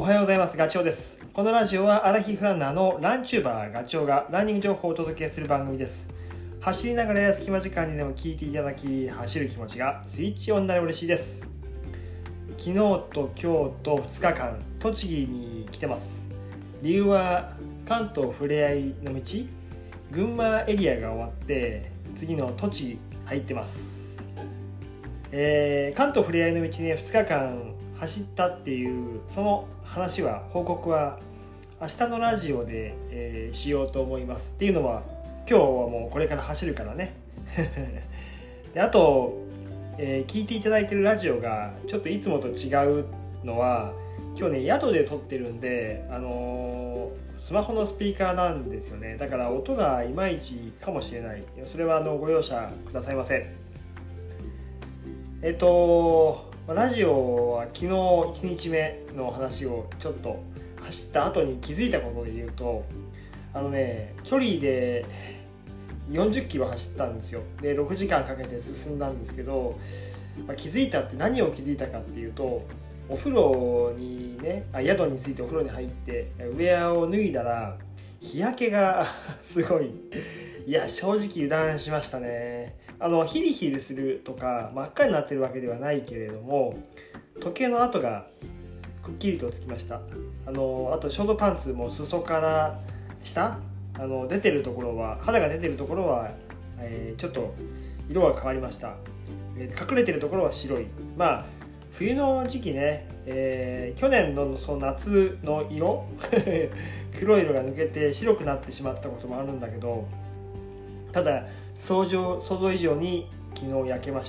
おはようございます。ガチョウです。このラジオはアラヒフランナーのランチューバーガチョウがランニング情報をお届けする番組です。走りながらや隙間時間にでも聞いていただき、走る気持ちがスイッチオンになる嬉しいです。昨日と今日と2日間栃木に来てます。理由は関東ふれあいの道、群馬エリアが終わって次の栃木入ってます。関東ふれあいの道ね、2日間走ったっていうその報告は明日のラジオで、しようと思います。っていうのは今日はもうこれから走るからねであと、聞いていただいてるラジオがちょっといつもと違うのは、今日ね宿で撮ってるんで、スマホのスピーカーなんですよね。だから音がいまいちかもしれない。それはご容赦くださいませ。ラジオは昨日1日目の話をちょっと走った後に気づいたことで言うと、距離で40キロ走ったんですよ。で6時間かけて進んだんですけど、気づいたって何を気づいたかっていうと、お風呂にね、宿に着いてお風呂に入ってウェアを脱いだら日焼けがすごい。いや正直油断しましたね。ヒリヒリするとか真っ赤になってるわけではないけれども、時計の跡がくっきりとつきました。あとショートパンツも裾から下、出てるところは、肌が出てるところは、ちょっと色が変わりました。隠れてるところは白い。冬の時期ね、去年のその夏の色黒い色が抜けて白くなってしまったこともあるんだけど、ただ想像以上に昨日焼けました。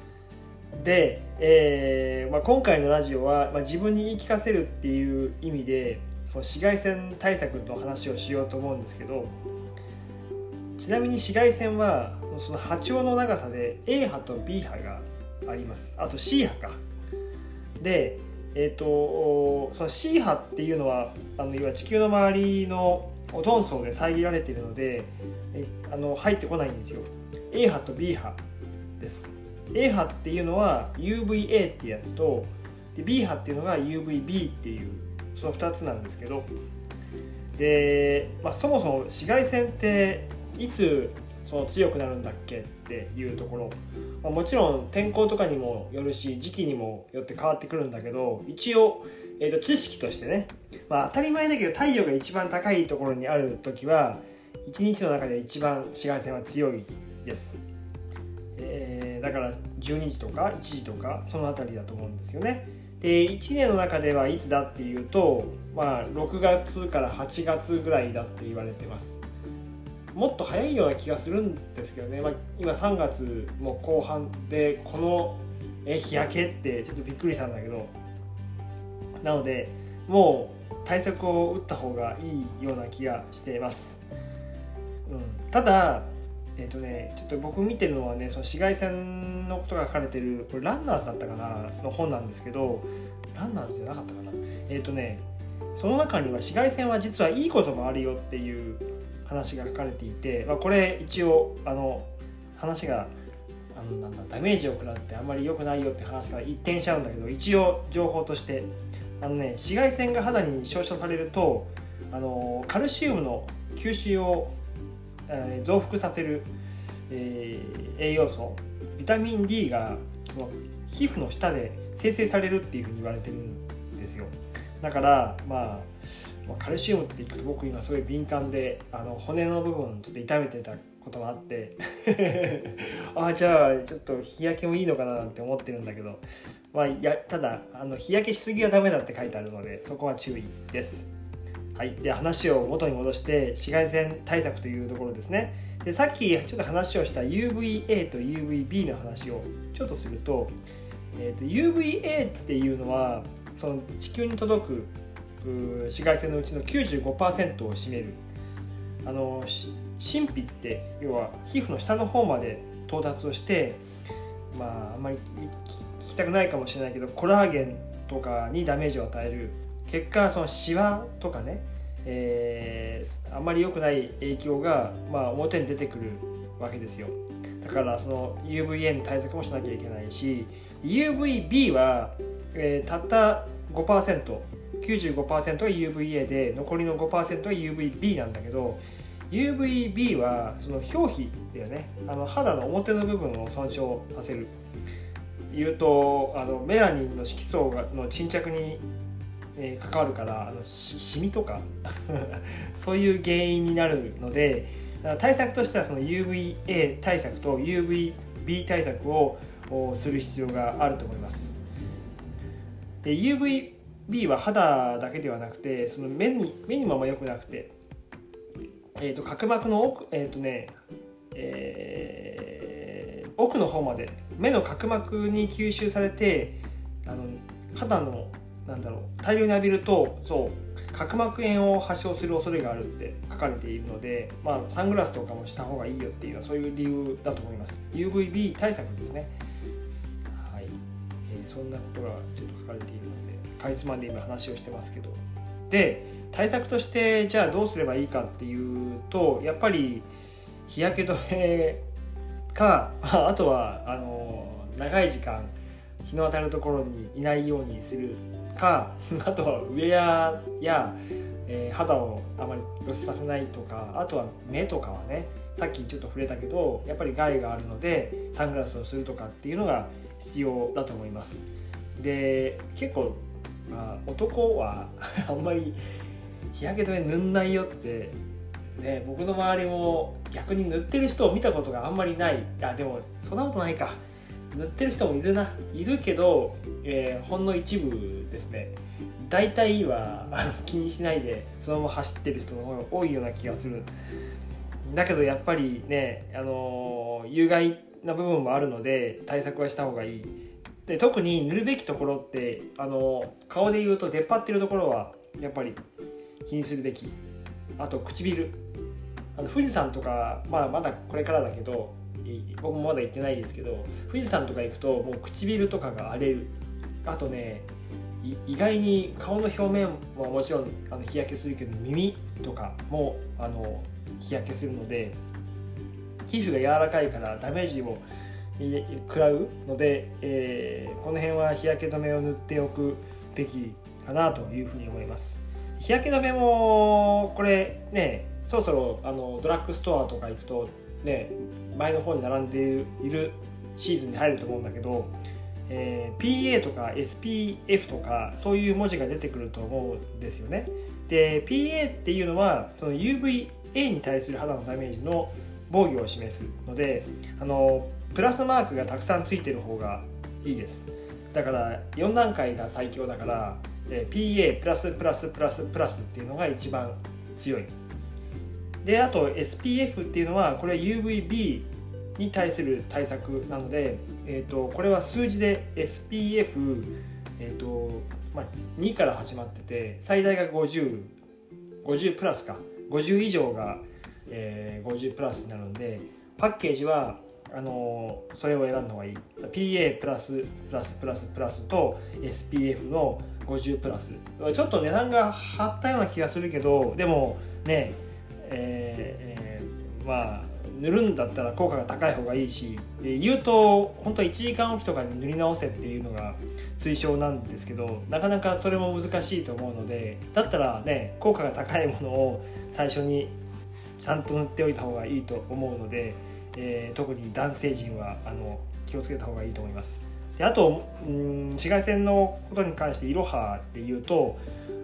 で、今回のラジオは、自分に言い聞かせるっていう意味で紫外線対策の話をしようと思うんですけど、ちなみに紫外線はその波長の長さで A 波と B 波があります。あと C 波か。で、その C 波っていうのは要は地球の周りのオゾン層で遮られているので入ってこないんですよ。 A 波と B 波です。 A 波っていうのは UVA っていうやつと、で B 波っていうのが UVB っていうその2つなんですけど、で、そもそも紫外線っていつ強くなるんだっけっていうところ、もちろん天候とかにもよるし時期にもよって変わってくるんだけど、一応、知識としてね、当たり前だけど太陽が一番高いところにある時は一日の中で一番紫外線は強いです。だから12時とか1時とかそのあたりだと思うんですよね。で1年の中ではいつだっていうと、6月から8月ぐらいだって言われてます。もっと早いような気がするんですけどね、今3月も後半でこの日焼けってちょっとびっくりしたんだけど、なのでもう対策を打った方がいいような気がしています。ただちょっと僕見てるのはね、その紫外線のことが書かれてる、これランナーズだったかなの本なんですけど、ランナーズじゃなかったかな、その中には紫外線は実はいいこともあるよっていう話が書かれていて、これ一応話がダメージを食らってあんまり良くないよって話から一転しちゃうんだけど、一応情報として紫外線が肌に照射されるとカルシウムの吸収を増幅させる、栄養素ビタミン D がその皮膚の下で生成されるっていうふうに言われてるんですよ。だからカルシウムって言うと僕今すごい敏感で骨の部分ちょっと痛めてたことがあってじゃあちょっと日焼けもいいのかななんて思ってるんだけど、ただ日焼けしすぎはダメだって書いてあるのでそこは注意です。はい、で話を元に戻して紫外線対策というところですね。でさっきちょっと話をした UVA と UVB の話をちょっとすると、UVA っていうのはその地球に届く紫外線のうちの 95% を占める。真皮って要は皮膚の下の方まで到達をして、あんまり聞きたくないかもしれないけどコラーゲンとかにダメージを与える結果、そのシワとかね、あんまり良くない影響が、表に出てくるわけですよ。だからその UVA の対策もしなきゃいけないし、UVB は、たった 5% 95% が UVA で残りの 5% が UVB なんだけど、 UVB はその表皮だよね、肌の表の部分を損傷させる。言うとメラニンの色素の沈着に関わるからシミとかそういう原因になるので、対策としてはその UVA 対策と UVB 対策をする必要があると思います。で UVB は肌だけではなくてその目にもあんま良くなくて、角膜の奥の方まで目の角膜に吸収されて肌の大量に浴びると角膜炎を発症する恐れがあるって書かれているので、サングラスとかもした方がいいよっていうのはそういう理由だと思います。 UVB 対策ですね。はい、そんなことがちょっと書かれているのでかいつまんで今話をしてますけど、で対策としてじゃあどうすればいいかっていうと、やっぱり日焼け止めかあとは長い時間日の当たるところにいないようにするかあとはウェアや、肌をあまり露出させないとか、あとは目とかはねさっきちょっと触れたけどやっぱり害があるのでサングラスをするとかっていうのが必要だと思います。で結構、男はあんまり日焼け止め塗んないよってね、僕の周りも逆に塗ってる人を見たことがあんまりない。でもそんなことないか、塗ってる人もいるけど、ほんの一部ですね。大体は気にしないでそのまま走ってる人の方が多いような気がする。だけどやっぱりね、有害な部分もあるので対策はした方がいい。で特に塗るべきところって顔で言うと出っ張ってるところはやっぱり気にするべき。あと唇、富士山とか、まだこれからだけど僕もまだ行ってないですけど、富士山とか行くともう唇とかが荒れる。あとね意外に顔の表面はもちろん日焼けするけど耳とかも日焼けするので皮膚が柔らかいからダメージを食らうので、この辺は日焼け止めを塗っておくべきかなというふうに思います。日焼け止めもこれねそろそろドラッグストアとか行くとね前の方に並んでいるシーズンに入ると思うんだけど、PA とか SPF とかそういう文字が出てくると思うんですよね。で PA っていうのはその UVA に対する肌のダメージの防御を示すのでプラスマークがたくさんついてる方がいいです。だから4段階が最強だからPA プラスプラスプラスプラスっていうのが一番強い。であと SPF っていうのはこれは UVB に対する対策なので、これは数字で SPF、2から始まってて最大が50プラスか50以上が、50プラスになるのでパッケージはそれを選んだ方がいい。 PA プラスプラスプラスプラスと SPF の50プラス。ちょっと値段が張ったような気がするけどでもね、塗るんだったら効果が高い方がいいし、言うと本当1時間おきとかに塗り直せっていうのが推奨なんですけどなかなかそれも難しいと思うので、だったらね効果が高いものを最初にちゃんと塗っておいた方がいいと思うので、特に男性陣は気をつけた方がいいと思います。であと紫外線のことに関していろはで言うと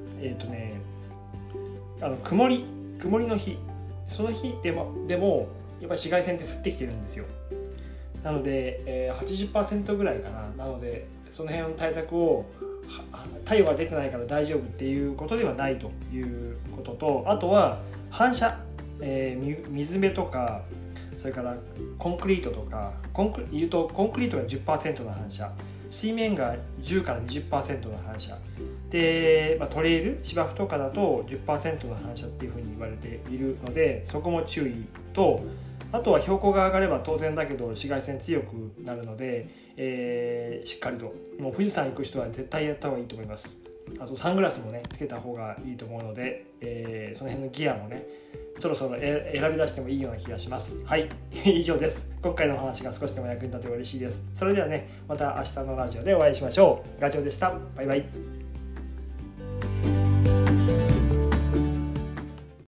曇りの日その日でもやっぱり紫外線って降ってきてるんですよ。なので、80% ぐらいかな。なのでその辺の対策を太陽が出てないから大丈夫っていうことではないということと、あとは反射、水辺とかそれからコンクリートとか言うとコンクリートが 10% の反射、水面が10から 20% の反射で、トレイル芝生とかだと 10% の反射っていうふうに言われているのでそこも注意と、あとは標高が上がれば当然だけど紫外線強くなるので、しっかりともう富士山行く人は絶対やった方がいいと思います。あとサングラスもねつけた方がいいと思うので、その辺のギアもねそろそろ選び出してもいいような気がします。はい以上です。今回のお話が少しでも役に立てば嬉しいです。それではねまた明日のラジオでお会いしましょう。ガチョウでした。バイバイ。